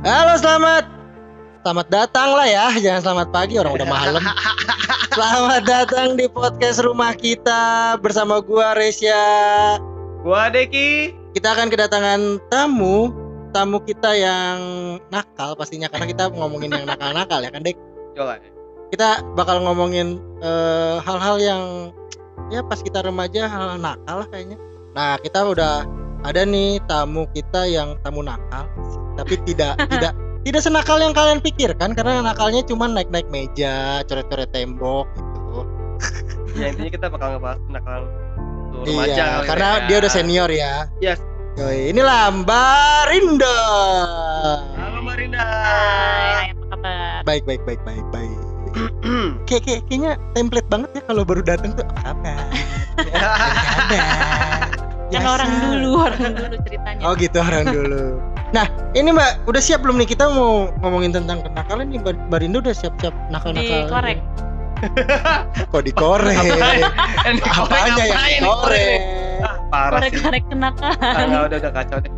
Halo, selamat datang lah ya. Jangan selamat pagi, orang udah malam. Selamat datang di podcast rumah kita bersama gua Resya, gua Deki. Kita akan kedatangan tamu kita yang nakal pastinya, karena kita ngomongin yang nakal-nakal ya kan, Dek? Coba. Kita bakal ngomongin hal-hal yang ya pas kita remaja, hal nakal lah kayaknya. Nah, kita udah ada nih tamu kita yang tamu nakal, tapi tidak senakal yang kalian pikirkan, karena nakalnya cuma naik meja, coret-coret tembok gitu. Ya intinya kita bakal ngebahas kenakalan remaja. Iya, karena ya. dia udah senior ya. Yes. Yoi, inilah Mbak Rinda. Halo Mbak Rinda. Hai, apa kabar? Baik. Kayaknya template banget ya kalau baru datang tuh apa kabar? Kan orang dulu ceritanya. Oh gitu, orang dulu. Nah, ini Mbak, udah siap belum nih? Kita mau ngomongin tentang kenakalan nih. Mbak Rinda udah siap-siap nakal-nakal? Dikorek. Kok dikorek? Apanya yang dikorek? Parah sih. Korek kenakalan. Udah kacau deh.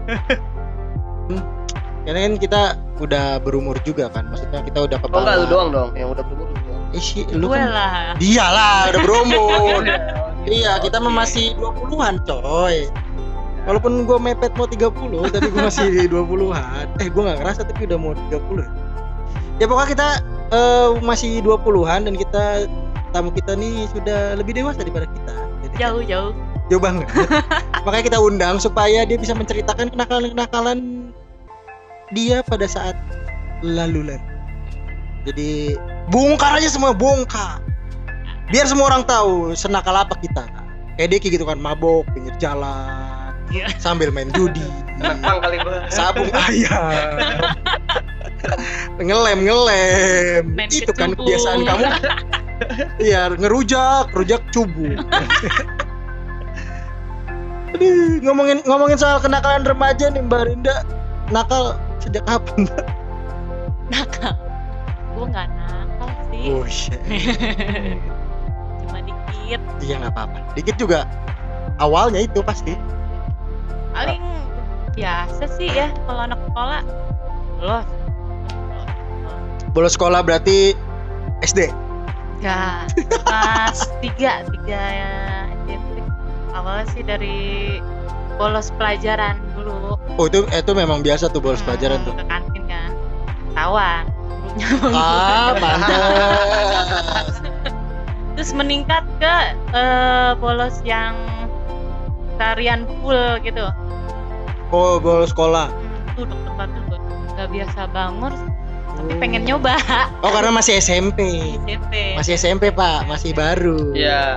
Karena kan kita udah berumur juga kan. Maksudnya kita udah kepala. Oh enggak, lu doang dong yang udah berumur. Lu Gue kan lah. dialah udah berumur. Iya, kita masih 20-an coy. Walaupun gue mepet mau 30, tapi gue masih di 20-an. Gue gak ngerasa tapi udah mau 30. Ya pokoknya kita masih 20-an dan tamu kita nih sudah lebih dewasa daripada kita. Jadi, Jauh banget. Makanya kita undang supaya dia bisa menceritakan kenakalan dia pada saat lalu. Jadi bongkar aja semua, bongkar. Biar semua orang tahu senakal apa kita. Kayak Deki gitu kan, mabok pinggir jalan, sambil main judi, Bang kali gua. sabung ayam, ngelem. Main Itu kan kecubu. kebiasaan kamu. Iya, ngerujak cubu. Aduh, ngomongin soal kenakalan remaja nih Mbak Rinda. Nakal sejak kapan, Mbak? Nakal. Gue nggak nakal sih. Oh shit. Cuma dikit. Iya nggak apa-apa. Dikit juga. Awalnya itu pasti. Paling biasa sih ya kalau anak sekolah. Loh. Bolos sekolah berarti SD. Ya. Kelas 3 ya. SMP. Awalnya sih dari bolos pelajaran dulu. Oh itu memang biasa tuh bolos pelajaran tuh. Ke kantin kan. Tawan. Pantes. Terus meningkat ke bolos yang tarian full gitu. Oh, bolos sekolah. Tuh dokter banget tuh. Gak biasa bangun tapi pengen nyoba. Oh, karena masih SMP. SMP. Masih SMP, Pak. Masih baru. Iya.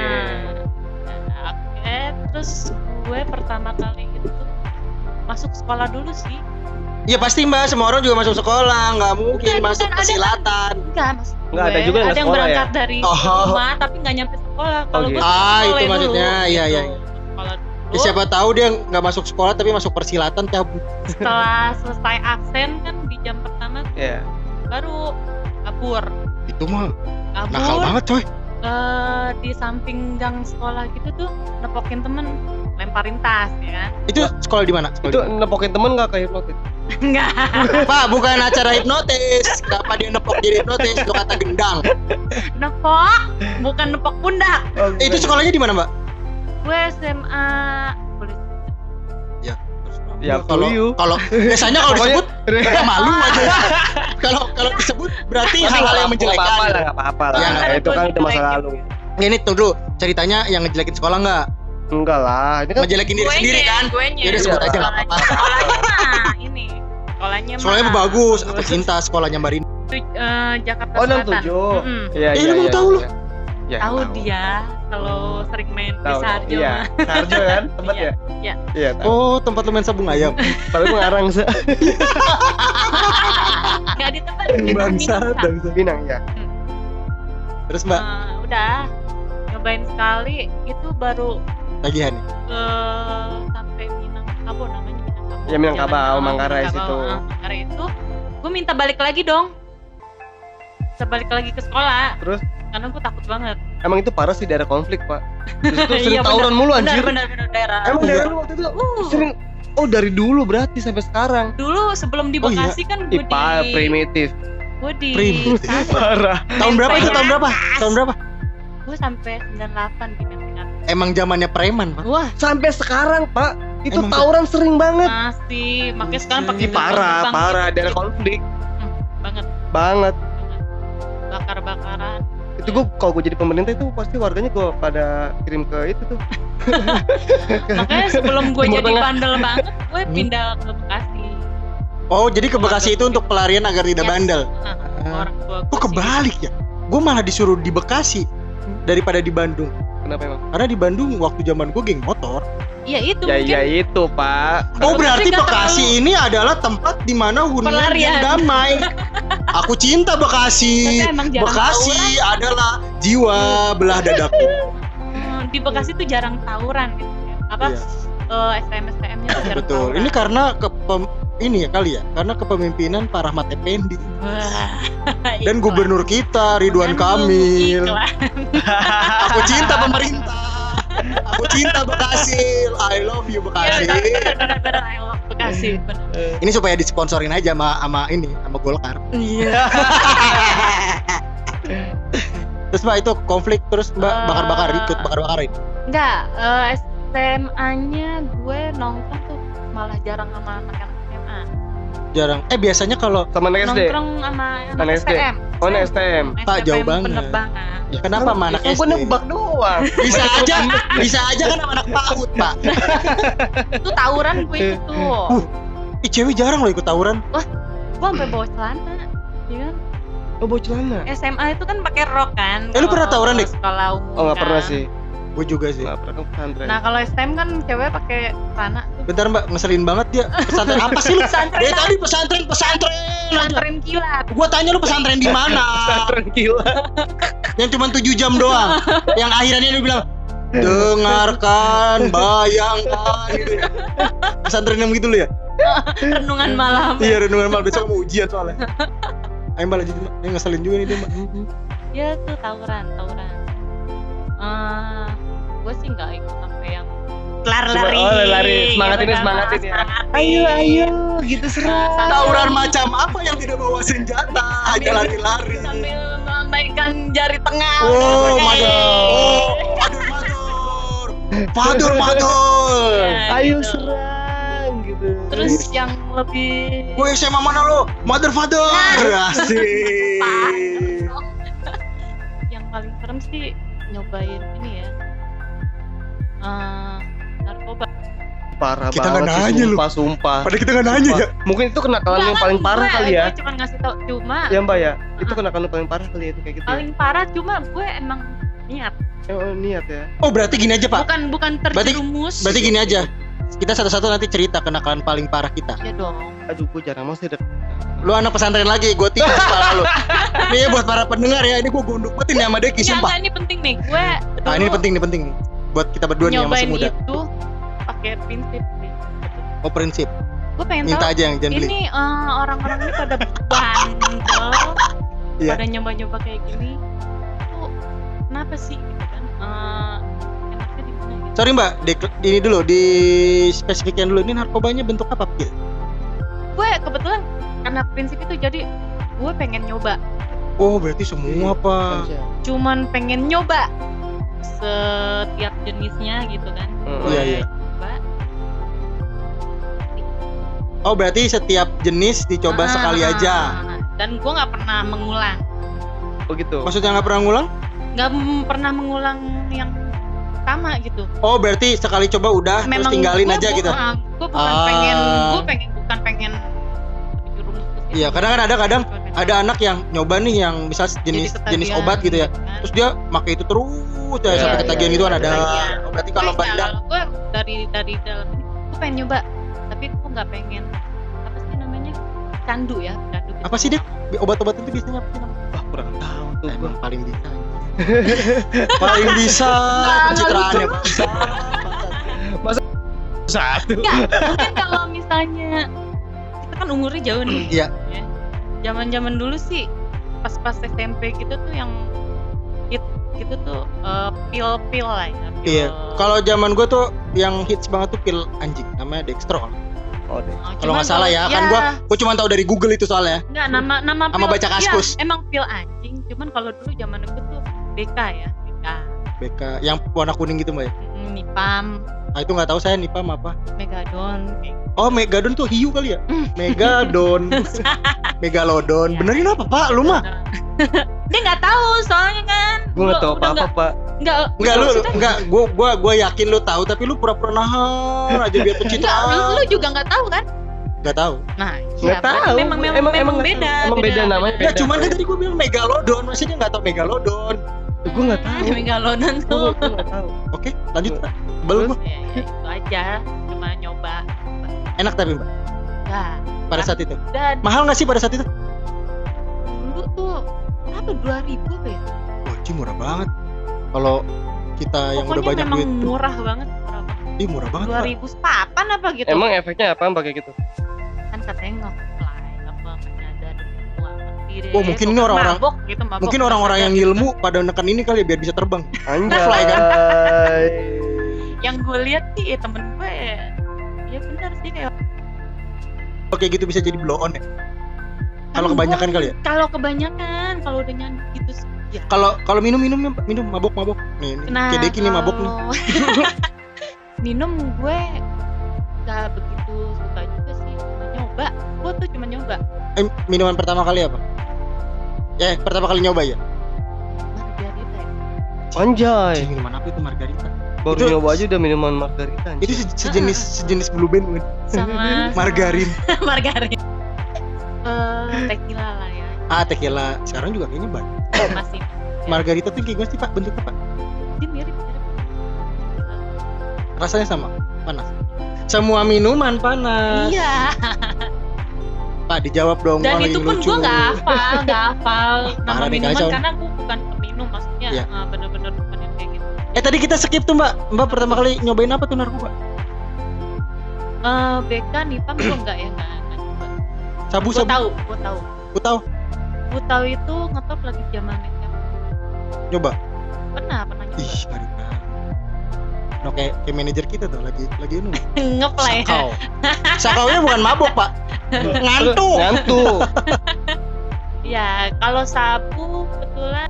Oke, terus gue pertama kali itu masuk sekolah dulu sih. Iya pasti Mbak, semua orang juga masuk sekolah, nggak mungkin masuk pesilatan. Enggak, maksud gue Nggak, ada juga yang ada yang sekolah berangkat dari rumah tapi nggak nyampe sekolah. Kalau gitu. gue Itu dulu, maksudnya, iya. Sekolah dulu. Ya, siapa tahu dia nggak masuk sekolah tapi masuk persilatan cabut. Setelah selesai absen kan di jam pertama Iya. baru kabur. Itu mah nakal banget coy. Di samping gang sekolah gitu tuh nepokin temen, lemparin tas ya kan. Itu sekolah di mana? Itu nepokin temen enggak kayak hipnotis? Enggak. Pak, bukan acara hipnotis. Kenapa dia nepok jadi hipnotis? Itu kata gendang. Nepok, bukan nepok pundak. Itu sekolahnya di mana, Mbak? Gue SMA polisi. Ya, kalau biasanya kalau disebut nggak malu aja. Kalau disebut berarti hal-hal yang menjelekan. Enggak apa-apa lah. Ya, Itu kan udah masa lalu. Ini tuh dulu ceritanya yang ngejelekin sekolah nggak? Enggak lah. Ini kan Ngejelekin diri sendiri kan? Ya udah sebut aja nggak apa-apa. Sekolahnya mah ini. Sekolahnya bagus. Aku cinta sekolahnya Mbak Rinda. Jakarta Oh, Selatan. 67. Iya. Lu mau tahu lu? Ya, Tahu dia kalau sering main di Tahu. Sarjo. Iya. Sarjo kan? Tempat ya? Iya. Iya, tahu. Oh, tempat lu main sabung ayam. Tapi mengarang se. Enggak di tempat di Minang. Pinang ya. Terus Mbak, Udah nyobain sekali itu baru tagihan nih. sampai Minangkabau namanya Minangkabau. Ya, Minangkabau, Manggarai Minangkabau, situ. Manggarai itu gue minta balik lagi dong. Balik lagi ke sekolah. Terus? Karena gue takut banget. Emang itu parah sih daerah konflik, Pak. Terus itu sering Iya, tawuran mulu anjir. Benar daerah. Emang daerah lu waktu itu sering Oh dari dulu berarti sampai sekarang. Dulu sebelum di Oh, iya. Bekasi kan gue IPA primitif. gue di Primitif. Parah. Tahun berapa itu? Tahun berapa? Tahun berapa? gue sampai 98 di Menteng Atas. Emang zamannya preman, Pak. Wah, Sampai sekarang Pak, itu Emang tawuran sering banget. masih makanya sekarang pakai Ih, parah, daerah konflik banget banget. bakar-bakaran. Itu gue kalau gue jadi pemerintah itu pasti warganya gue pada kirim ke itu tuh. Makanya sebelum gue Timur jadi Tengah. bandel banget, gue pindah ke Bekasi. Oh, jadi ke Bekasi itu untuk pelarian agar tidak Yes. bandel. Orang tua gue Oh, kebalik ya. Gue malah disuruh di Bekasi daripada di Bandung. Kenapa emang? Karena di Bandung waktu zaman gue geng motor. Iya itu Ya mungkin ya itu Pak. Oh, berarti nggak Bekasi terlalu- ini adalah tempat di mana hunian Pelarian. yang damai. Aku cinta Bekasi. Tapi emang jarang Bekasi adalah jiwa belah dadaku. di Bekasi tuh jarang tawuran gitu ya. Apa Iya. STM-nya tuh jarang Betul. tawuran. Ini karena ini ya kali ya, karena kepemimpinan Pak Rahmat Effendi Wah, dan iklan. gubernur kita Ridwan Mengandung Kamil. iklan. Aku cinta pemerintah. Aku cinta Bekasi. I love you Iya, Bekasi. benar-benar I love Bekasi. bener. Ini supaya disponsorin aja sama Golkar. Iya. Terus Mbak itu konflik terus Mbak bakar-bakar ikut bakar-bakarin. Enggak, SMA-nya gue nongkrong tuh malah jarang sama anak-anak SMA. Jarang. Biasanya kalau Sama anak SD. Nongkrong sama Anak anak SD. STM. Oh, anak STM. Pak, jauh banget. Penerbangan. ya kenapa sama anak Kan SD? gue nebak doang. Bisa aja kan sama anak PAUD, Pak. Itu tawuran gue itu tuh. Ih, cewek jarang loh ikut tawuran. Gue sampai bawa celana. Iya kan? Oh bawa celana. SMA itu kan pakai rok kan. Lu pernah kalau tawuran, Dik? Sekolah umum. Oh nggak kan. pernah sih. Gue juga sih. Nggak pernah kan pesantren. Nah, kalau STM kan cewek pakai celana tuh. Bentar Mbak, ngeselin banget dia. Pesantren apa sih lu? Pesantren Dari apa? tadi pesantren aja. Pesantren kilat. Gua tanya lu pesantren di mana? Pesantren gila. Yang cuma 7 jam doang. Yang akhirannya dia bilang dengarkan, bayangkan gitu. Pesantren yang gitu lu ya? Renungan malam. Iya, renungan malam besok mau ujian soalnya. Ayo Mbak lanjut Mbak. Ini ngeselin juga nih dia Mbak. Ya tuh tawuran. Gue sih nggak ikut sampai yang lari-lari. Oh, lari. Semangatin gitu ya, kan. semangatin ya. Semangatin. gitu serang. Tawuran macam apa yang tidak bawa senjata? Hanya lari-lari. Sambil melambaikan jari tengah. Oh, Oke. Madur. Ya, Ayo gitu. serang gitu. Terus yang lebih Gue SMA mana lo? Father. Asik. yang paling serem sih nyobain ini ya. Narkoba. Parah Kita nggak banget nanya sih, lu. sumpah. Pada kita nggak nanya ya. Mungkin itu kenakalan yang paling parah kali ya. Gue cuma ngasih tau cuma Ya Mbak ya. Itu kenakalan paling parah kali ya itu kayak gitu. Ya? paling parah cuma gue emang niat. Oh, niat ya. Oh berarti gini aja Pak. Bukan terjerumus. Berarti gini aja. Kita satu-satu nanti cerita kenakalan paling parah kita. Ya dong. Aduh, gue jarang masih dek. Lu anak pesantren lagi, gue tinggal kepala lu. Ini ya buat para pendengar ya, ini gue gondok banget ini sama Deki, sumpah. Ini penting nih. Gue Nah ini penting. Buat kita berdua nih yang masih nyobain muda. itu pakai prinsip sih. Oh prinsip, Gue pengen minta tahu aja yang jangan beli. ini orang-orang ini pada bandel, Iya. pada nyoba-nyoba kayak gini. Tuh kenapa sih gitu kan? Enaknya di mana gitu? Sorry Mbak, ini dulu, di spesifikkan dulu, ini narkobanya bentuk apa? Pil? Gue kebetulan karena prinsip itu jadi gue pengen nyoba. Oh berarti semua Pak. Cuman pengen nyoba setiap jenisnya gitu kan. Gue Iya. coba. Oh berarti setiap jenis dicoba sekali aja. Dan gue nggak pernah mengulang. Oh gitu. Maksudnya nggak pernah ngulang? Nggak pernah mengulang yang sama gitu. Oh berarti sekali coba udah, terus tinggalin aja gitu. Gue bukan bukan pengen terjerumus ke situ. Iya, kadang kan kadang ada anak yang nyoba nih yang misal jenis obat gitu ya. kan. Terus dia pakai itu terus ya Iya, sampai ketagihan iya, gitu kan iya, ada. iya. Oh, berarti kalau bandang gue dari dalam ini gue pengen nyoba, tapi gue nggak pengen apa sih namanya candu ya, candu. Gitu. apa sih Dek? Obat-obatan itu biasanya apa sih namanya? Wah, kurang tahu tuh gue. Emang paling bisa. Paling bisa pencitraannya. Satu. Enggak, mungkin kalau misalnya kita kan umurnya jauh nih. Iya. Ya. Zaman-zaman dulu sih pas SMP gitu tuh yang hit gitu tuh pil lah ya. Iya. Kalau zaman gue tuh yang hits banget tuh pil anjing namanya Dextrol. Oh deh. Kalau nggak salah ya, kan gua cuma tahu dari Google itu soalnya. Enggak, nama Sama pil- baca Kaskus. Iya, emang pil anjing, cuman kalau dulu zaman dulu tuh BK ya, BK. BK yang warna kuning gitu mbak ya. Nipam, Nah itu nggak tahu saya Nipam apa. Megadon kayak gitu. Oh Megadon tuh hiu kali ya. Megadon, Megalodon. Ya. Benerin apa pak? Lu mah? Dia nggak tahu soalnya kan. Gue nggak tahu apa-apa pak. Enggak lu, enggak. Gua yakin lu tahu tapi lu pura-pura nahan aja biar pencitraan. Enggak, lu juga nggak tahu kan? Nggak tahu. Nah, Nggak tahu. Memang Emang beda. emang beda namanya. Ya cuman kan tadi gua bilang Megalodon, maksudnya nggak tahu Megalodon. Gue nggak tahu. Megalodon tuh. Gue nggak tahu. Oke, lanjut. Belum gua. Ya, itu aja. Cuma nyoba. Enak tapi mbak. Nah, Pada saat itu. dan Mahal nggak sih pada saat itu? dulu tuh berapa 2.000 apa ya? Wah, Ci, murah banget. Kalau kita yang udah Pokoknya banyak memang duit, murah banget, murah banget. ih murah banget. Pak. 2.000 sepapan apa gitu. Emang efeknya apa pakai gitu? Kan katanya nge-fly apa menyadari diri. Oh, mungkin ini orang-orang- mabok gitu, mabok. Mungkin orang-orang yang ilmu pada neken ini kali ya biar bisa terbang. Fly kan? Anjay. Yang gue lihat sih temen gue ya benar sih kayak Oke gitu bisa jadi blow on ya. Kalau kebanyakan kali ya. Kalau kebanyakan, kalau udah nyanyi gitu sih. Ya. Kalau minum mabok. Nih, Nah, kayak Deki nih mabok nih. kalau minum gue gak begitu suka juga sih, cuma nyoba. Gue tuh cuma nyoba. Minuman pertama kali apa? Pertama kali nyoba ya. Margarita ya. Anjay. Cing, minuman apa itu margarita? Baru Itu- nyoba aja udah minuman margarita. Itu sejenis blue band kan? Sama Margarin. margarin. Tequila lah ya. Tequila. Sekarang juga kayaknya banyak. Masih Margarita tuh kayak gimana sih pak bentuknya pak? dia mirip. Rasanya sama? Panas? Semua minuman panas. Iya. Pak dijawab dong. Dan Wah, itu lagi pun lucu. gue nggak hafal nama Parah nih, minuman kacau. karena gue bukan peminum, maksudnya Iya. bener-bener bukan yang kayak gitu. Tadi kita skip tuh mbak. Mbak pertama kali nyobain apa tuh narkoba? BK Nipam gue enggak ya, enggak coba. Sabu. Gue tahu. Aku tahu. Gue tahu itu ngetop lagi zaman itu. Nyoba. Pernah nyoba. Ih, ngeri banget. No, kayak manajer kita tuh lagi ini. Ngeplay. Sakau. Sakaunya bukan mabok pak. Ngantuk. Ngantuk. Ya, kalau sabu kebetulan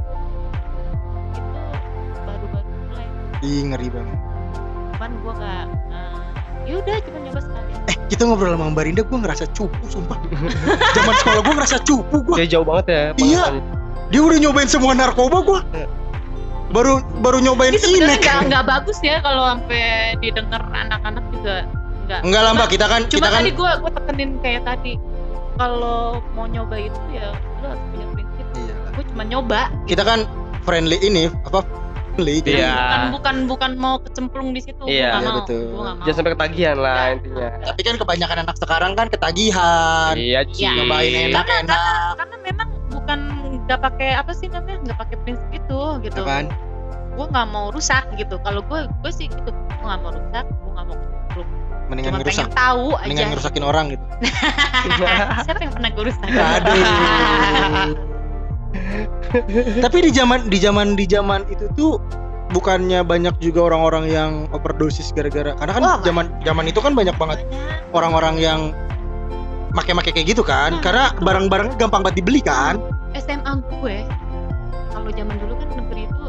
itu baru-baru mulai. Ih, ngeri banget. Cuman gue enggak ya udah cuma nyoba sekali. Kita ngobrol sama Mbak Rinda, gue ngerasa cupu sumpah. Zaman sekolah gue ngerasa cupu gue. Dia jauh banget ya. Iya. pengalamannya. Dia udah nyobain semua narkoba gue. Iya. Baru nyobain Ini sebenarnya ini. nggak bagus ya kalau sampai didengar anak-anak juga nggak. Enggak lah mbak, kita kan Cuma tadi gue tekenin kayak tadi, kalau mau nyoba itu ya lo harus punya prinsip. Iya. Gue cuma nyoba. Kita kan friendly ini apa? Friendly. Jadi Iya. Bukan mau kecemplung di situ. Iya, Gua nggak mau. betul. Gua nggak mau. Jangan sampai ketagihan lah Ya. intinya. Tapi kan kebanyakan anak sekarang kan ketagihan. Iya, Iya. Nyobain enak-enak. Karena memang bukan nggak pakai apa sih namanya, nggak pakai prinsip itu gitu. Apaan? Gue nggak mau rusak gitu. Kalau gue sih gitu, gue nggak mau rusak, gue nggak mau kecemplung. Mendingan Cuma ngerusak. pengen tahu aja. Mendingan ngerusakin orang gitu. Siapa yang pernah gue rusak? Aduh. Tapi di zaman itu tuh bukannya banyak juga orang-orang yang overdosis gara-gara karena kan Wah, zaman itu kan banyak banget orang-orang yang make-make kayak gitu kan karena barang-barangnya gampang banget dibeli kan. SMA gue kalau zaman dulu kan negeri itu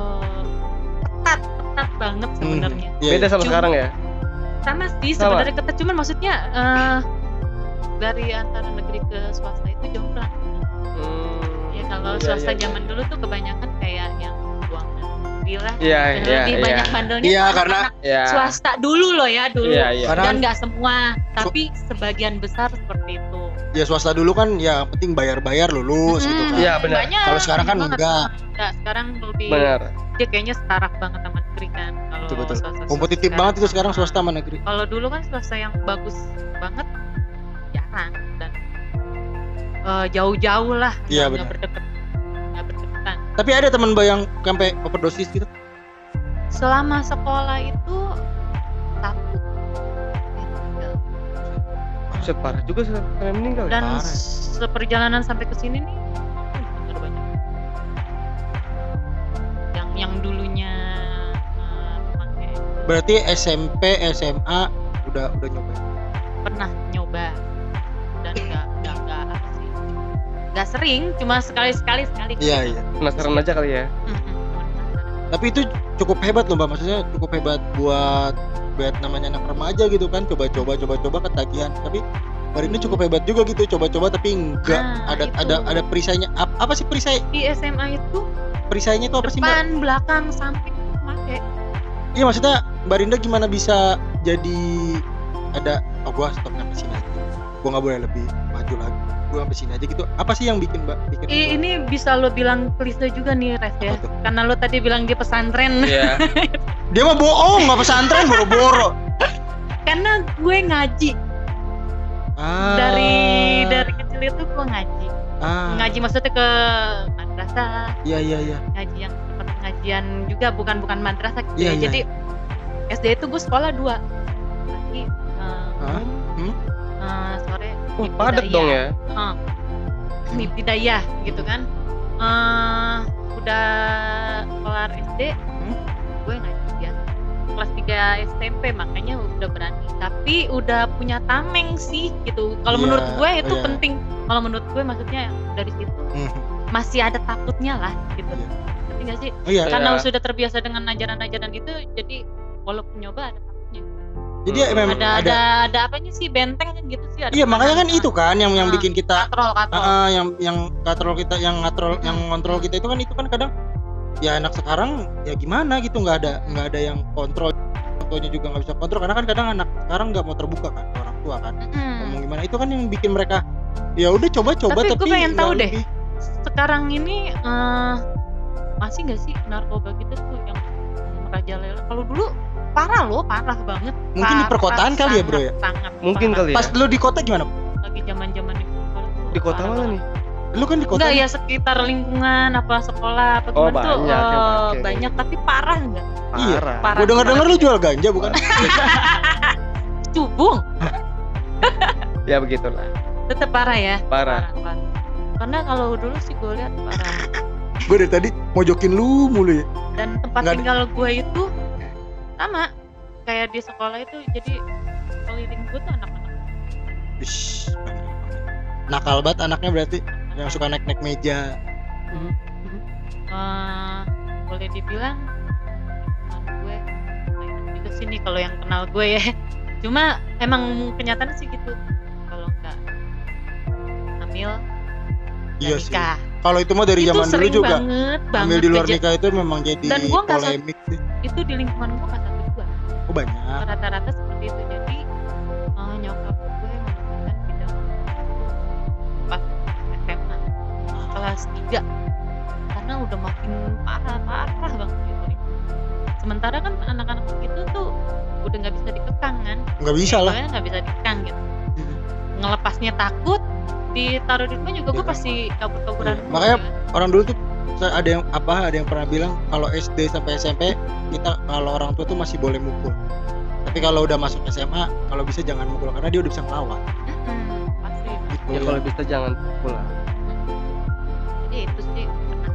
ketat banget sebenarnya. Iya, Beda sama Cuma- sekarang ya. Sama sih Sama. sebenarnya ketat, cuman maksudnya dari antara negeri ke swasta itu jomplang. Ya kalau Iya, swasta iya. zaman dulu tuh kebanyakan kayak yang buang negeri lah. Iya, Dan iya, lebih iya. banyak bandelnya. Iya, tuh karena- anak-anak Iya. swasta dulu loh ya dulu. Iya, iya. Karena Dan nggak semua, tapi sebagian besar seperti itu. ya swasta dulu kan ya penting bayar-bayar lulus gitu kan. Iya, benar. Banyak. Kalau sekarang kan banget. enggak. Enggak, sekarang lebih Benar. dia kayaknya setara banget sama negeri kan. Kalau Betul. swasta- Kompetitif banget itu sekarang swasta sama negeri. Kalau dulu kan swasta yang bagus banget jarang dan jauh-jauh lah, Iya, nggak benar. berdekatan. Tapi ada teman Mbak yang sampai overdosis gitu. Selama sekolah itu satu yang meninggal. Buset, parah juga sampai meninggal. Dan parah. seperjalanan sampai ke sini nih bener banyak. Yang dulunya memakai Berarti SMP, SMA udah nyobain. pernah nyoba dan nggak sering, cuma sekali. Iya. Penasaran aja kali ya. Tapi itu cukup hebat loh Mbak, maksudnya cukup hebat buat namanya anak remaja gitu kan, coba-coba ketagihan. Tapi Mbak Rinda cukup hebat juga gitu, coba-coba tapi enggak ada perisainya. Apa sih perisai? Di SMA itu Perisainya itu apa sih Mbak? depan, belakang, samping pakai. Iya maksudnya Mbak Rinda gimana bisa jadi ada gua stop sampai sini aja. Gua nggak boleh lebih maju lagi. Gua sampai sini aja gitu. Apa sih yang bikin Mbak Ini bisa lo bilang klise juga nih Res ya. Apa tuh? Karena lo tadi bilang dia pesantren. Iya. Dia mah bohong, nggak pesantren, boro-boro. Karena gue ngaji. Dari kecil itu gue ngaji. Ngaji maksudnya ke madrasah. Iya. Ngaji yang seperti ngajian juga, bukan madrasah gitu Iya, ya. iya. Jadi SD itu gue sekolah 2. Pagi sore Padat dong ya. Ibtidaiyah gitu kan. Udah kelar SD, gue ngaji biasa. Kelas 3 SMP makanya udah berani. Tapi udah punya tameng sih gitu. Kalau Iya, menurut gue itu iya. penting. Kalau menurut gue maksudnya dari situ masih ada takutnya lah gitu. Iya. Ngerti nggak sih? Oh iya. Karena Iya. sudah terbiasa dengan ajaran-ajaran itu, jadi walaupun nyoba ada takutnya. Jadi memang Ada apanya sih, benteng kan gitu sih. Ada Iya makanya kan pertahanan. itu kan yang bikin kita katrol. yang katrol kita, yang ngatrol, yang ngontrol kita itu kan kadang ya anak sekarang ya gimana gitu, nggak ada yang kontrol. Contohnya juga nggak bisa kontrol karena kan kadang anak sekarang nggak mau terbuka kan ke orang tua kan. Ngomong gimana itu kan yang bikin mereka ya udah coba Tapi gue pengen nggak tahu deh. lebih. Sekarang ini masih nggak sih narkoba gitu tuh yang merajalela? Kalau dulu parah banget. Mungkin di perkotaan kali ya, Bro ya? Sangat Mungkin parah. kali ya. Pas lu di kota gimana? Lagi zaman-zaman itu. Di kota mana nih? Lu kan di kota. Enggak ya, sekitar lingkungan apa sekolah apa Oh, gimana tuh banyak yang pakai. banyak, tapi parah enggak? Iya. Parah. Gua denger lu jual ganja bukan? Cubung. Ya begitulah. Tetap parah ya. Parah. Karena kalau dulu sih gue lihat parah. Gue dari tadi mojokin lu mulu ya. Dan tempat Nggak ada- tinggal gue itu sama kayak di sekolah itu, jadi keliling gue tuh anak-anak. Ish, nakal banget anaknya berarti, yang suka naik meja. Boleh dibilang teman gue enak juga sih nih kalau yang kenal gue ya. Cuma emang kenyataannya sih gitu. Kalau nggak hamil, Iya nggak sih. nikah. Kalau itu mah dari Itu zaman dulu sering juga. banget Hamil di luar nikah itu memang jadi Dan gua nggak polemik sih. Itu di lingkungan gue nggak 1-2. Oh banyak. Rata-rata seperti itu. Jadi nyokap gue menemukan bidang pas SMA kelas 3, karena udah makin parah banget gitu. Sementara kan anak-anak itu tuh udah nggak bisa dikekang kan? Nggak bisa lah. Soalnya nggak bisa dikekang gitu. Ngelepasnya takut, ditaruh di rumah juga gue Iya. pasti kabur-kaburan. Iya. Makanya orang dulu tuh ada yang pernah bilang kalau SD sampai SMP kita, kalau orang tua tuh masih boleh mukul. Tapi kalau udah masuk SMA, kalau bisa jangan mukul karena dia udah bisa ngelawan. Pasti. Gitu. Ya kalau bisa jangan pulang. Jadi itu sih pernah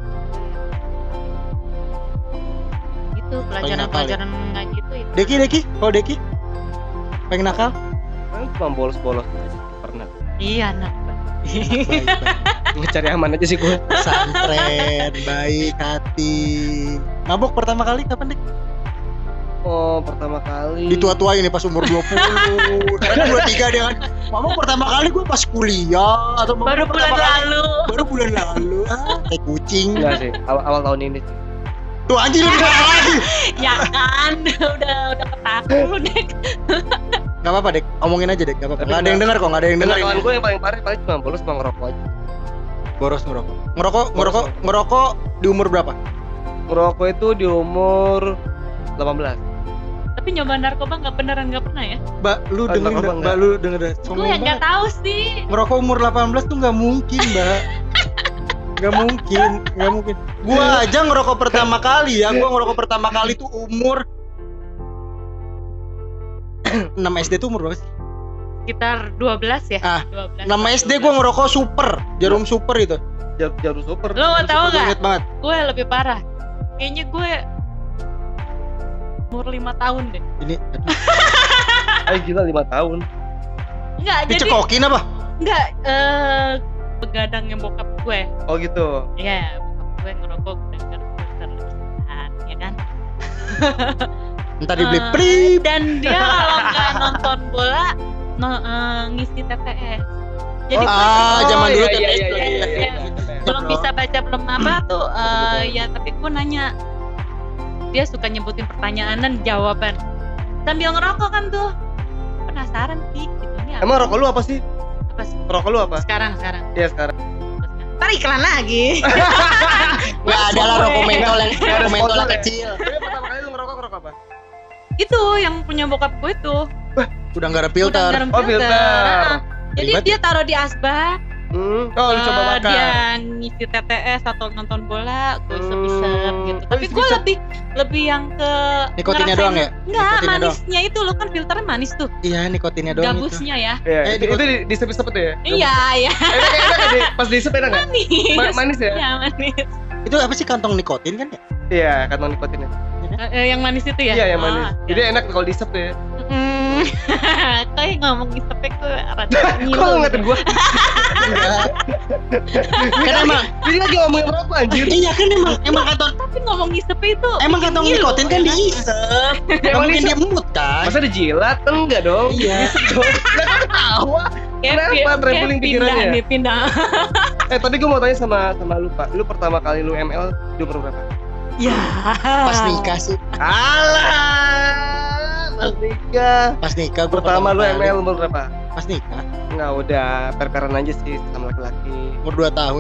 itu pelajaran ngaji itu ya. Deki, kalau Deki pengen nakal? Kan cuma bolos-bolos aja pernah. Iya anak. Baik. Ngecari aman aja sih gue. Santren, baik hati. Mabok pertama kali kapan Dek? Oh, pertama kali. Ditua-tuain nih pas umur 20. Karena 23 dia kan. Mabok pertama kali gue pas kuliah atau mabok Baru bulan pertama kali- lalu. Baru bulan lalu. Kayak kucing. Enggak sih, awal tahun ini sih. Tuh anjir lu salah lagi. Ya kan, udah ketakut lu deh. Gak apa-apa Dek, omongin aja Dek, gak apa-apa. Tapi Gak ada yang dengar kok, gak ada yang dengar. Kenakalan gue yang paling parah paling cuma bolos sama ngerokok aja. Boros ngerokok. Ngerokok di umur berapa? Ngerokok itu di umur 18. Tapi nyoba narkoba nggak pernah ya? Mbak, lu Oh, dengerin ngerokok Mbak, enggak. lu denger dah. Gue Sombong yang nggak banget. tahu sih. Ngerokok umur 18 tuh gak mungkin Mbak. Gak mungkin. Gua aja ngerokok pertama kali ya. Gua ngerokok pertama kali tuh umur 6 SD tuh umur berapa sih? Sekitar 12 ya? Ah, 12. 6 SD gua ngerokok super, jarum super itu. Jarum super. Lo mau tahu Super, gua nggak? inget banget. Gue lebih parah. Kayaknya gue umur 5 tahun deh. Ini aduh, Ayo gila 5 tahun. Enggak, jadi Dicekokin apa? enggak begadangnya bokap gue. Oh gitu. Iya, bokap gue ngerokok dengan filter lisan, ya kan? Entar dibeli Eh, prip. Dan dia kalau nggak nonton bola ngisi TPS. Jadi Zaman dulu iya, TPS. iya. belum bisa baca belum apa tuh ya tapi gue nanya, dia suka nyebutin pertanyaan dan jawaban sambil ngerokok kan tuh, penasaran sih gitu nih Emang rokok lu apa sih? apa sih Rokok lu apa? sekarang Iya sekarang. ntar iklan lagi. Enggak ada lah rokok mentol yang Nggak ada rokok mentol yang sponsor ya? kecil. Tapi pertama kali lu ngerokok apa? Itu yang punya bokap gue tuh Udah enggak ada udah filter. garam Oh, filter. filter. Jadi Ribet dia taruh di asbak. Oh lu coba makan. Dia ngisi TTS atau nonton bola, gue isep-isep gitu. Oh, Tapi gue isep-isep. lebih yang ke Nikotinnya ngerasain- doang ya? Enggak, Nikotinnya doang. manisnya itu lo kan filternya manis tuh. Iya, nikotinnya doang itu. Gabusnya ya. Iya, Eh, itu disep-sep tuh ya? Iya, iya. Enak nggak? Pas disep enak nggak? Manis. Manis ya? Iya, manis. Itu apa sih, kantong nikotin kan ya? Iya, kantong nikotinnya. Yang manis itu ya? Iya, yang manis. Oh, Jadi enak kalau disep tuh ya. Kayak ngomong isepek tuh rada Kok lu ngatain gua? Enggak. Kan emang Ini lagi ngomongin rokok anjir. iya kan emang kantong tapi ngomong isepek itu emang kantong ngilu, nikotin kan ya diisep. Enggak Emang mungkin disep? dia emut kan? Masa dijilat? Enggak dong. Iya. Disep dong. Lah kan ketawa. Kenapa traveling pikirannya? pindah. Tadi gua mau tanya sama lu, Pak. Lu pertama kali lu ML di umur berapa? Ya. Pas nikah sih. Alah, pas nikah. Pas nikah gua Pertama lu kali. ML umur berapa? Pas nikah Enggak, udah per-peran aja sih sama laki-laki. umur 2 tahun.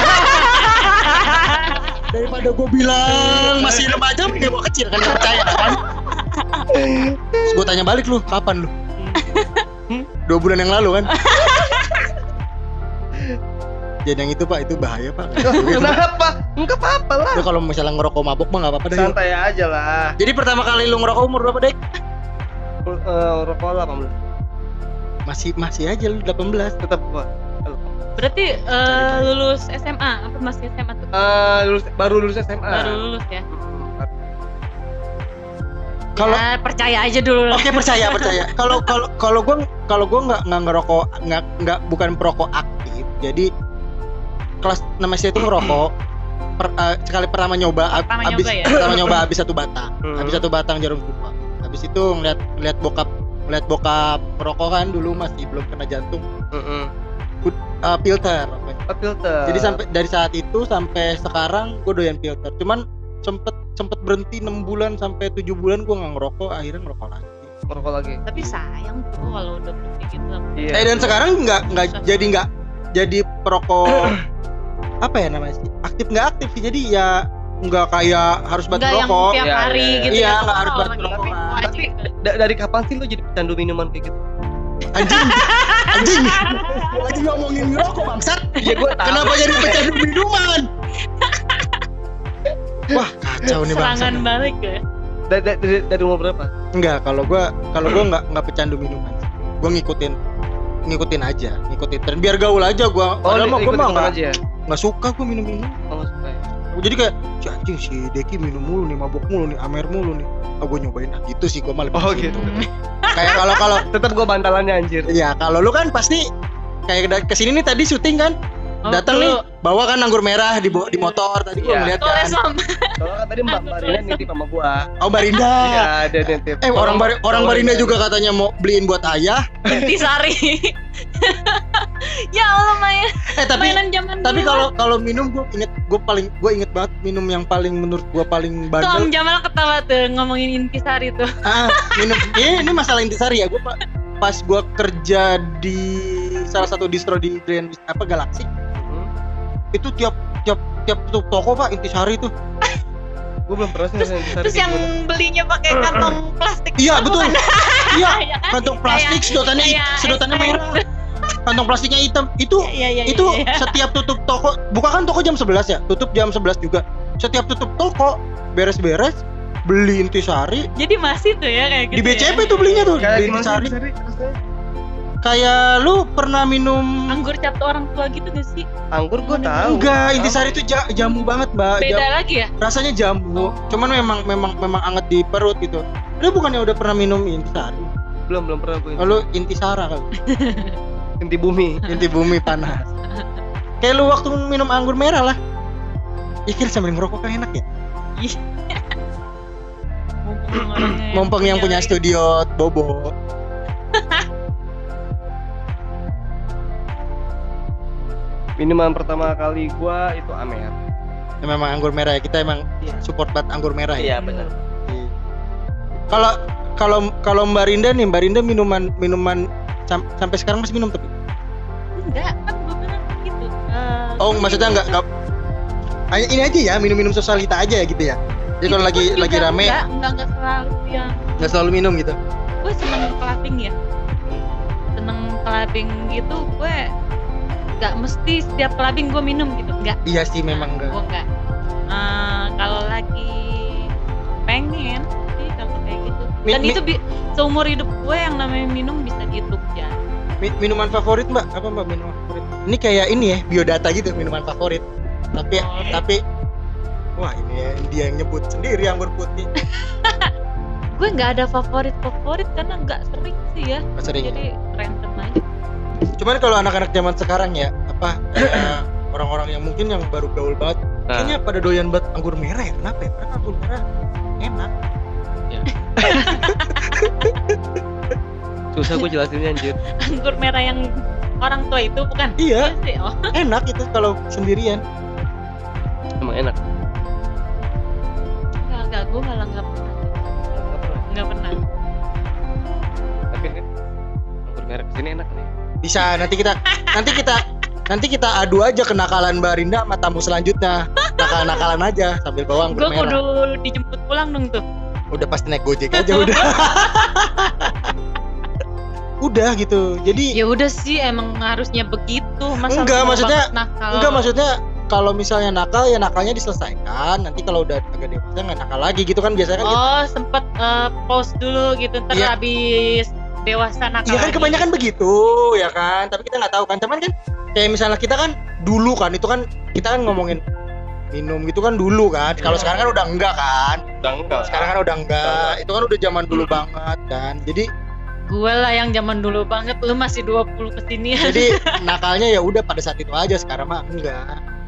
Daripada gue bilang masih remaja, mending gue kecil kan gak percaya kan. Terus gue tanya balik, lu kapan lu? 2 bulan yang lalu kan. Jadi yang itu pak, itu bahaya pak. Kenapa? Enggak apa-apa lah. Lu kalau misalnya ngerokok mabok mah gak apa-apa dah. yuk. Santai aja lah. Jadi pertama kali lu ngerokok umur berapa dek? Rokok 18. Masih aja lu 18. Tetap gua. Berarti lulus SMA apa masih SMA tuh? Baru lulus SMA. Baru lulus ya. Kalau Ya, percaya aja dulu lah. oke percaya. Kalau gue nggak ngerokok, nggak bukan perokok aktif. Jadi kelas 6 SD itu ngerokok. Sekali pertama nyoba, Pertama abis nyoba ya? pertama nyoba habis 1 batang, Hmm. habis 1 batang jarum super. Habis itu ngeliat bokap merokok kan dulu masih belum kena jantung. Filter. Filter. Jadi sampai dari saat itu sampai sekarang gue doyan filter. Cuman sempet berhenti 6 bulan sampai 7 bulan gue nggak ngerokok, akhirnya ngerokok lagi. ngerokok lagi. Tapi sayang tuh kalau udah berhenti gitu. Iya. Dan sekarang nggak jadi perokok apa ya namanya sih, nggak aktif sih, jadi ya nggak kayak harus banget Enggak yang merokok. tiap Iya, hari iya, gitu iya, ya. nggak harus Kalau banget lagi merokok. wajib. Dari kapan sih lu jadi pecandu minuman kayak gitu? anjing lagi ngomongin ngerokok bangsat. Iya gua tahu. Kenapa jadi pecandu minuman? Wah kacau nih bangsat. Serangan balik ya. Dari umur berapa? Enggak, kalau gua nggak pecandu minuman. Gua ngikutin aja, tren biar gaul aja gua. Padahal mah gua mah aja. nggak suka gua minum. Oh, suka ya. Jadi kayak si anjing si Deki minum mulu nih, mabok mulu nih, amer mulu nih. Gue nyobain gitu sih gua malah. Oh gitu. Kayak kalau Tetap gua bantalannya anjir. iya, kalau lu kan pasti kayak kesini nih tadi syuting kan. Datang nih, bawa kan anggur merah di motor tadi gua Iya. ngeliat Tulis kan. sama Soalnya kan tadi Mbak Marina nitip sama gua. Oh Barinda. Iya, ada nitip. Orang Barinda juga katanya mau beliin buat ayah. Intisari. Ya Allah mainan zaman Tapi dulu. kalau minum gue inget banget minum yang paling menurut gue paling Tuh Om bandel. Jamal ketawa tuh ngomongin Intisari tuh. Minum ini masalah intisari ya. Gue pas gue kerja di salah satu distro di Grand Galaxy, itu tiap tutup toko pak intisari tuh. Gua belum pernah sih ngerasain intisari. Terus yang belinya pakai kantong plastik. Iya Bukan. betul. Iya Iya kan? kantong plastik sedotannya kayak merah. Kantong plastiknya hitam. Itu Iya. setiap tutup toko, buka kan toko jam 11 ya, tutup jam 11 juga. Setiap tutup toko beres-beres beli intisari. Jadi masih tuh ya kayak gitu. Di BCP tuh belinya tuh, Kayak beli gimana sih intisari. rasanya? Kayak lu pernah minum Anggur cap tuh orang tua gitu gak sih? Anggur gua tahu. enggak, intisari itu jamu banget, Mbak. Beda lagi ya? Rasanya jamu. Cuman memang anget di perut gitu. Lu bukannya udah pernah minum intisari? belum pernah gue. Lalu intisara kali. Inti bumi. Inti bumi panas. Kayak lu waktu minum anggur merah lah. Ikir sambil ngerokok kan enak ya. Mumpung yang punya studio bobo. Minuman pertama kali gua itu Amer. Ya, memang anggur merah ya. Kita emang Iya. support banget anggur merah ya. Iya benar. Kalau Mbak Rinda nih, Mbak Rinda minuman sampai sekarang masih minum tapi. Enggak, kan gue bilang gitu. Oh, maksudnya enggak hanya ini aja ya, minum-minum sosialita aja gitu ya. Jadi kalau lagi rame enggak selalu yang nggak selalu minum gitu. gue seneng clubbing ya. Seneng clubbing gitu, gue nggak mesti setiap clubbing gue minum gitu, enggak. Iya sih memang enggak. Gue enggak. Kalau lagi pengen sih kalau kayak gitu. Dan itu seumur hidup gue yang namanya minum bisa dihitung ya. Minuman favorit Mbak? Apa Mbak minuman favorit? Ini kayak ini ya, biodata gitu minuman favorit. Tapi wah ini ya, dia yang nyebut sendiri anggur putih. Gue nggak ada favorit karena nggak sering sih ya. Nggak sering. Jadi random aja. Cuman kalau anak-anak zaman sekarang ya, kayak orang-orang yang mungkin yang baru gaul banget, kayaknya pada doyan banget anggur merah ya. Kenapa ya? Karena anggur merah enak. Susah gue jelasinnya anjir. Anggur merah yang orang tua itu bukan? Iya. Sih. Oh. Enak itu kalau sendirian. Emang enak. Enggak, gue malah nggak pernah. Nggak pernah. Tapi kan anggur merah kesini enak nih. Bisa nanti kita adu aja kenakalan Mbak Rinda sama tamu selanjutnya. Nakal-nakalan aja sambil bawa anggur Gue merah. kudu dijemput pulang dong tuh. Udah pasti naik Gojek aja udah. Udah gitu. Jadi Ya udah sih emang harusnya begitu. Masa Enggak, lu mau maksudnya- banget nakal? enggak maksudnya kalau misalnya nakal ya nakalnya diselesaikan. Nanti kalau udah agak dewasa nggak nakal lagi gitu kan biasanya kan. Gitu. Oh sempet pause dulu gitu ntar Iya. habis dewasa nakal Iya kan lagi. kebanyakan begitu ya kan. Tapi kita nggak tahu kan. Cuman kan kayak misalnya kita kan dulu kan itu kan kita kan ngomongin minum gitu kan dulu kan. Kalau Iya. sekarang kan udah enggak kan. Udah enggak. Sekarang kan udah enggak. Itu kan udah zaman dulu banget kan. Jadi Gue lah yang zaman dulu banget, lu masih 20 kesini ya. jadi nakalnya ya udah pada saat itu aja. Sekarang mah enggak.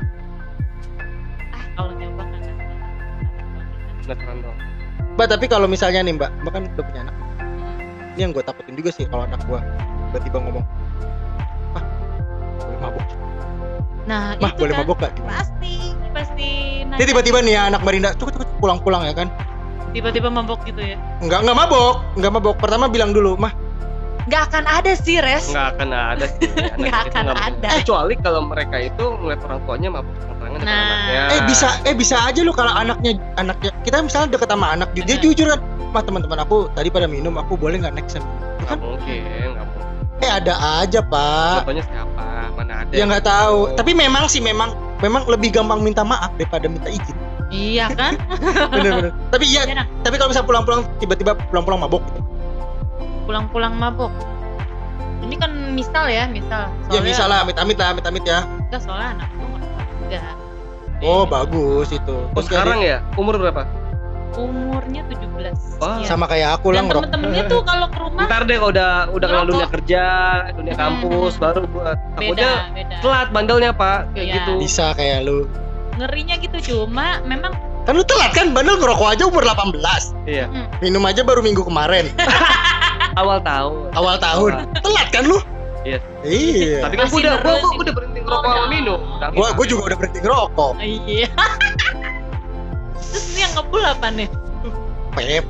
Kalau nyoba kan Penasaran dong. Mbak tapi kalau misalnya nih Mbak kan udah punya anak. Ini yang gue takutin juga sih kalau anak gue tiba-tiba ngomong, boleh mabuk? Nah Mah itu boleh kan mabuk gak? Gimana? pasti Dia nanya. tiba-tiba nih ya anak Mbak Rinda, cuk pulang-pulang ya kan? Tiba-tiba mabok gitu ya. Enggak mabok. Pertama bilang dulu, mah Nggak akan ada sih Res. Nggak akan ada sih. Anak Nggak itu akan nggak mungkin. ada. Kecuali kalau mereka itu ngeliat orang tuanya mabuk tangan depan Nah. anaknya. bisa aja lu kalau anaknya kita misalnya deket sama anak dia Bener. jujur kan, mah teman-teman aku tadi pada minum, aku boleh nggak next time? Nggak mungkin. Ada aja pak. Contohnya siapa? Mana ada? Ya nggak tahu. Tapi memang lebih gampang minta maaf daripada minta izin. Iya kan? Bener. Tapi iya. Iya, nah. Tapi kalau misalnya pulang-pulang tiba-tiba pulang mabok gitu. Pulang-pulang mabok. Ini kan misal. Ya Soalnya- misalnya amit-amit ya. Enggak, soalnya anak gue enggak. Oh bagus itu. Oh sekarang ya? Umur berapa? Umurnya 17. Wah, Iya. sama kayak aku lah Dan ngerok. temen-temennya tuh kalau ke rumah Ntar deh kalau udah kenal Ngerokok. dunia kerja, dunia kampus, baru buat takutnya beda. telat bandelnya pak, kayak Iya. gitu. Bisa kayak lu. Ngerinya gitu cuma memang Kan lu telat kan, bandel ngerokok aja umur 18. Iya. Minum aja baru minggu kemarin. Awal tahun. Awal tahun. Telat kan lu? Iya. Iya. Tapi kan Masih gua terus udah berhenti ngerokok sama minum. Gua juga udah berhenti ngerokok. iya. Terus ini yang ngebul apa nih? Pep.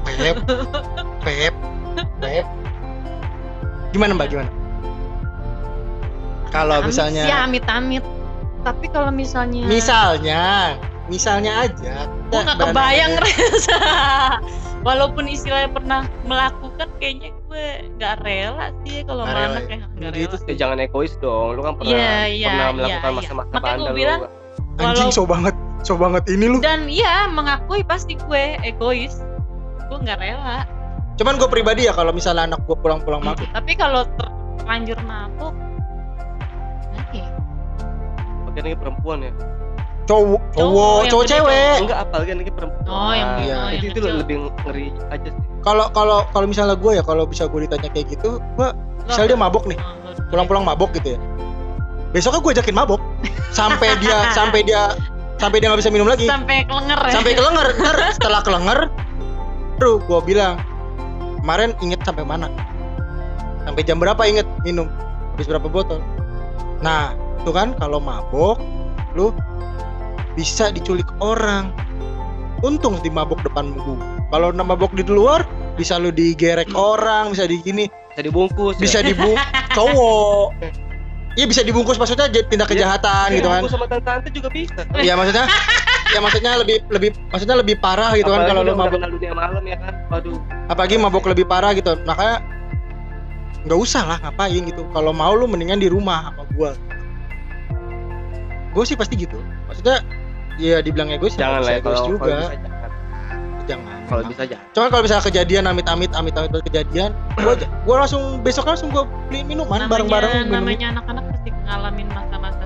Gimana Mbak, gimana? Kalau Amit sih, misalnya amit-amit. Tapi kalau misalnya misalnya aja gue nggak kebayang Reza. Walaupun istilahnya pernah melakukan, kayaknya gue nggak rela sih kalau Nggak sama rela anak ya? ya. Nggak Gitu rela. Ya jangan egois dong. Lu kan pernah Iya, melakukan iya. masa-masa Makanya gua bandel. bilang, anjing so banget ini lu. Dan iya, mengakui pasti gue egois. Gue nggak rela. Cuman gue pribadi ya kalau misalnya anak gue pulang-pulang mabuk, Tapi kalau terlanjur mabuk, nanti Pakai ini perempuan ya. cowok yang cowok gede cewek. Enggak, apalagi anaknya perempuan. Oh, yang Iya. itu kecil. lebih ngeri aja sih. Kalau misalnya gue ya, kalau bisa gue ditanya kayak gitu, gue misalnya dia mabok nih, pulang-pulang mabok gitu ya, besoknya gue ajakin mabok sampai dia nggak bisa minum lagi, sampai kelenger ya. sampai kelenger. Ntar setelah kelenger, baru gue bilang, kemarin inget sampai mana, sampai jam berapa inget minum, habis berapa botol. Nah itu kan kalau mabok lu bisa diculik orang. Untung di mabok depan gue. Kalau mabok di luar bisa lu digerek orang, bisa digini, Bisa dibungkus. bisa cowok. Iya bisa dibungkus, maksudnya tindak kejahatan gitu kan. Dibungkus sama tante juga bisa. Iya maksudnya lebih parah gitu kan kalau lu mabok. Kenal dunia malam ya kan. Waduh. Apalagi mabok lebih parah gitu. Makanya nggak usah lah ngapain gitu. Kalau mau lu mendingan di rumah sama gua. Gue sih pasti gitu. Maksudnya ya dibilang egois, Jangan lah ya, egois kalau juga. bisa jangan. Jangan. Kalau bisa jangan. Cuma kalau misalnya kejadian amit-amit kejadian, gua langsung gua beliin minuman bareng-bareng minum. Namanya anak-anak pasti ngalamin masa-masa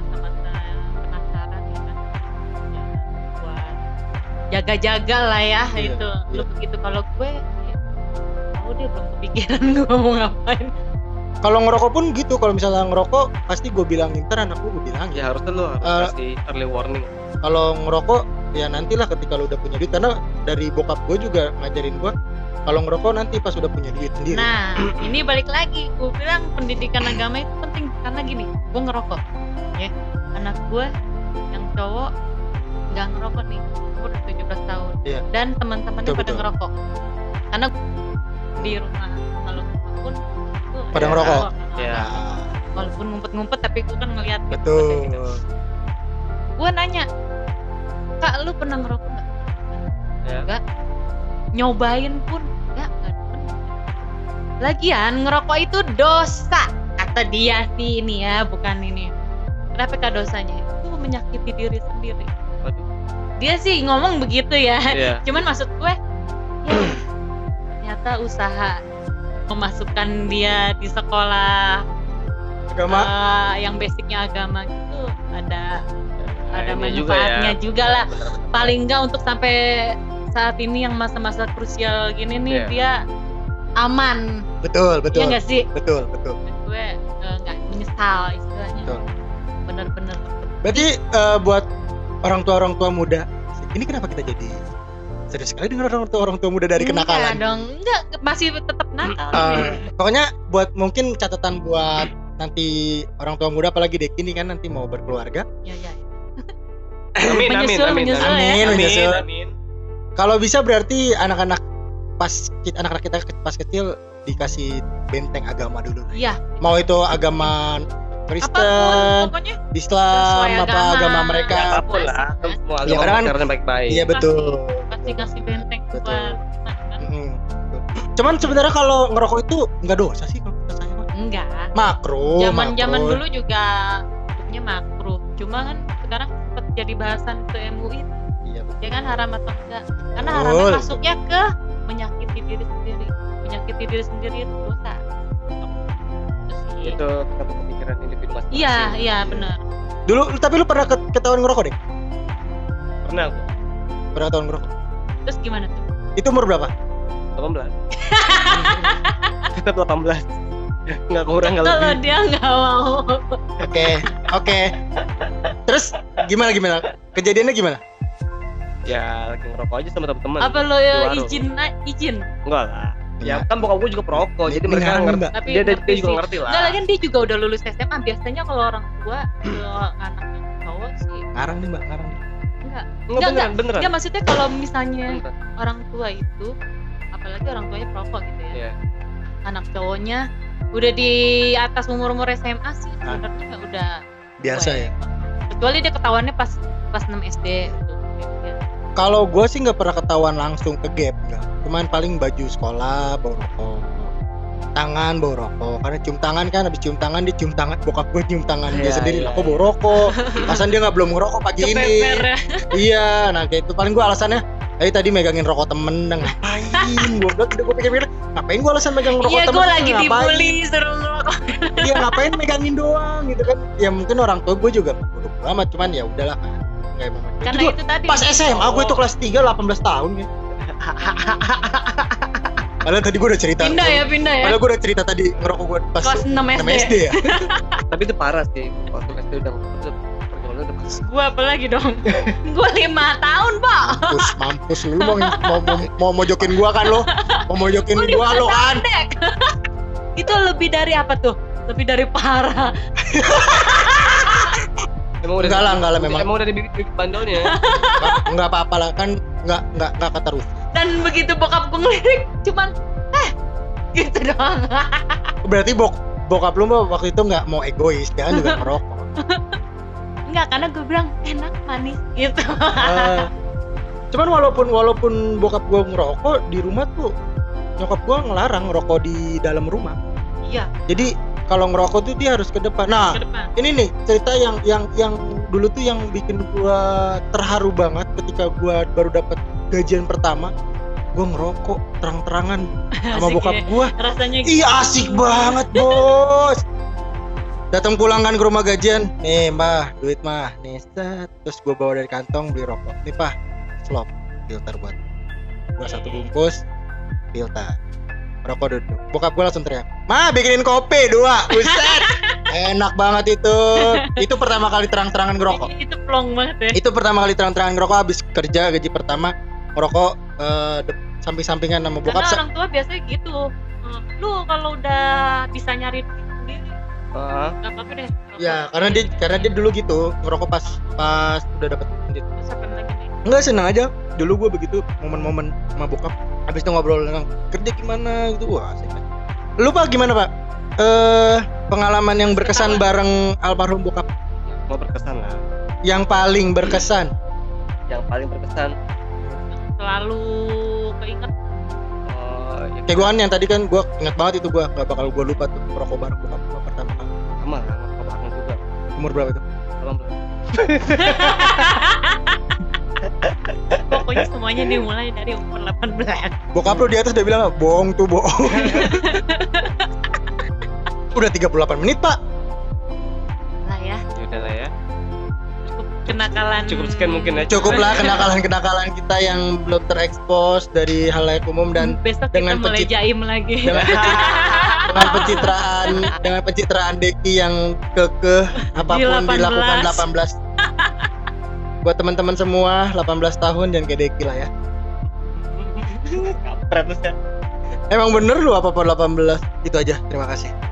penasaran ya kan. Ya, buat jaga-jaga lah ya Iya, itu. iya. Lu begitu, kalau gue ya, tahu dia belum kepikiran gue mau ngapain. Kalau ngerokok pun gitu, kalau misalnya ngerokok pasti gue bilangin, ntar anak gue bilangin. Ya harusnya lu harus Eh, kasih early warning. Kalau ngerokok ya nantilah ketika lu udah punya duit, karena dari bokap gue juga ngajarin gue kalau ngerokok nanti pas udah punya duit sendiri. Nah, ini balik lagi, gue bilang pendidikan agama itu penting karena gini, gue ngerokok, ya, anak gue yang cowok nggak ngerokok nih, gue udah 17 tahun, Iya. dan teman-temannya Betul, pada betul. ngerokok, karena di rumah kalau pun gue Pada ada ngerokok? Ya. Nah, walaupun ngumpet-ngumpet tapi gue kan ngeliat gitu, betul. gue nanya, kak lu pernah ngerokok nggak? Ya. Enggak. Nyobain pun enggak demen. Lagian ngerokok itu dosa kata dia sih, ini ya, bukan ini. Kenapa kak dosanya? Itu menyakiti diri sendiri. Waduh. Dia sih ngomong begitu ya. Iya. Cuman maksud gue ya, ternyata usaha memasukkan dia di sekolah Agama. yang basicnya agama gitu ada Ini manfaatnya juga lah. Bener-bener. Paling enggak untuk sampai saat ini yang masa-masa krusial gini nih, Iya. dia aman. Betul, Iya betul. nggak sih? Betul, betul. Gue nggak menyesal istilahnya. Betul. Bener-bener. Berarti buat orang tua muda, ini kenapa kita jadi serius sekali dengan orang tua muda dari kenakalan? Enggak dong, enggak, masih tetap nakal. Pokoknya buat mungkin catatan buat nanti orang tua muda, apalagi dek ini kan nanti mau berkeluarga. Ya. Amin, Menyusul, amin, menyusul amin, ya. amin, Menyusul. amin. Kalau bisa berarti anak-anak kita pas kecil dikasih benteng agama dulu. Iya. Mau itu agama Kristen, Apapun pokoknya Islam, sesuai apa agama mereka. Ya, apapun lah, kan semua Iya, agama karena kan- pacaran baik-baik. Iya betul. pasti ngasih benteng Betul. buat kan? Mm-mm. Cuman sebenarnya kalau ngerokok itu nggak dosa sih kalau kata saya mah. Enggak. Makruh. Zaman-zaman makruh. dulu juga hukumnya makruh. Cuma kan sekarang sempat jadi bahasan ke MUI, Iya betul. ya kan, haram atau enggak? Karena Betul. haramnya masuknya ke menyakiti diri sendiri. Menyakiti diri sendiri itu dosa. Itu sih. Itu kenapa kepikiran individu masing-masing. Iya benar. Dulu tapi lu pernah ketahuan ngerokok deh? Pernah aku. Pernah ketahuan ngerokok? Terus gimana tuh? Itu umur berapa? 18. Tetap 18. Nggak kurang nggak Kalau lebih. dia nggak mau. Oke. Terus gimana? Kejadiannya gimana? Ya lagi ngerokok aja sama teman-teman. Apa lo Di ya warung. izin? Enggak lah. Ya Enggak. kan bokap gue juga perokok, jadi mereka Ngarang, ngerti. Mbak. Tapi Dia ngerti juga sih. ngerti lah. Enggak, lagi dia juga udah lulus SMA. Biasanya kalau orang tua ke anak yang cowok sih Ngarang nih mbak, ngarang nih. enggak. Enggak beneran. Enggak, maksudnya kalau misalnya Beneran. orang tua itu, apalagi orang tuanya perokok gitu ya, Iya. anak cowoknya udah di atas umur SMA sih sebenarnya udah Biasa tua ya. Kecuali dia ketahuannya pas 6 SD gitu. Kalau gue sih nggak pernah ketahuan langsung ke gap, nggak. Cuman paling baju sekolah bau rokok, tangan bau rokok. Karena cium tangan kan, habis cium tangan dia cium tangan, bokap gue cium tangan dia Iya, sendiri. iya, Aku bau rokok. Pasan dia belum ngerokok pagi ini. Kepeper ya. Iya, nah kayak itu paling gue alasannya. Tadi megangin rokok temen, nah, ngapain? Gue pikir-pikir, ngapain gue alasan megang rokok Iya, temen? gue lagi Ngapain? dibully suruh ngerokok. Iya ngapain megangin doang gitu kan? Ya mungkin orang tua gue juga bodo amat, cuman ya udahlah kan. Enggak emang. Karena Itu itu tadi. pas SMA gue itu kelas 3 18 tahun ya. Padahal tadi gue udah cerita. Pindah ya. Padahal gue udah cerita tadi ngerokok gue pas Kelas 6 SD ya. Tapi itu parah sih. Waktu SD udah pergaulan udah pas. Gua apa lagi dong? Gua 5 tahun, Pak. Mampus lu mau mojokin gua kan lo. Mau mojokin gua lo kan. Pendek. Itu lebih dari apa tuh? Lebih dari parah. Enggak lah memang. Emang udah bibit bandolnya. Enggak apa-apa lah kan enggak kata Ruth. Dan begitu bokap gue ngelirik cuman gitu doang. Berarti bokap lu mah waktu itu enggak mau egois, dia kan juga merokok. Enggak, karena gue bilang enak manis gitu. Cuman walaupun bokap gua ngerokok di rumah tuh nyokap gua ngelarang ngerokok di dalam rumah. Iya, Jadi kalau ngerokok tuh dia harus ke depan. Nah, ke depan. ini nih cerita yang dulu tuh yang bikin gua terharu banget ketika gua baru dapat gajian pertama. Gua ngerokok terang-terangan sama Asik bokap ya. gua. Rasanya Ih asik banget bos. Datang pulang kan ke rumah gajian, nih mbah duit mah, nih set. Terus gue bawa dari kantong beli rokok, nih pah, slop, filter buat gua 1 bungkus, filter, rokok duduk. Bokap gue langsung teriak, mah bikinin kopi 2, buset, enak banget itu. Itu pertama kali terang-terangan ngerokok. itu plong banget ya. Itu pertama kali terang-terangan ngerokok habis kerja gaji pertama ngerokok samping-sampingan sama bokap. Karena orang tua biasanya gitu. Lu kalau udah bisa nyari duit sendiri, nggak apa-apa deh. Ya, karena dia dulu gitu ngerokok pas udah dapat duit. Terus apa lagi nih? Enggak, senang aja. Dulu gue begitu momen-momen sama bokap. Habis itu ngobrol tentang kerja gimana gitu. Wah, asik kan. Lu Pak gimana, Pak? Pengalaman yang berkesan bareng almarhum bokap. Mau berkesan lah. Yang paling berkesan. Yang paling berkesan Selalu keinget. ya Kayak gue kan yang tadi kan gue ingat banget itu, gue gak bakal gue lupa tuh merokok bareng bokap gue pertama kali. sama lah, bareng juga. Umur berapa itu? 18. Pokoknya semuanya dimulai dari umur 18. Bokap lu di atas udah bilang bohong tuh bohong. Udah 38 menit, Pak. Lah ya, Ya udah lah ya. kenakalan. Cukup sekian mungkin ya. Cukuplah kenakalan-kenakalan kita yang belum terekspos dari halayak umum dan besok dengan kita mulai pencit- jaim lagi. dengan pencitraan Deki yang kekeh apapun Di 18. dilakukan 18. Buat teman-teman semua 18 tahun jangan kayak Deki lah ya. Kampret lu ya. Emang bener lu apa-apa 18. Itu aja. Terima kasih.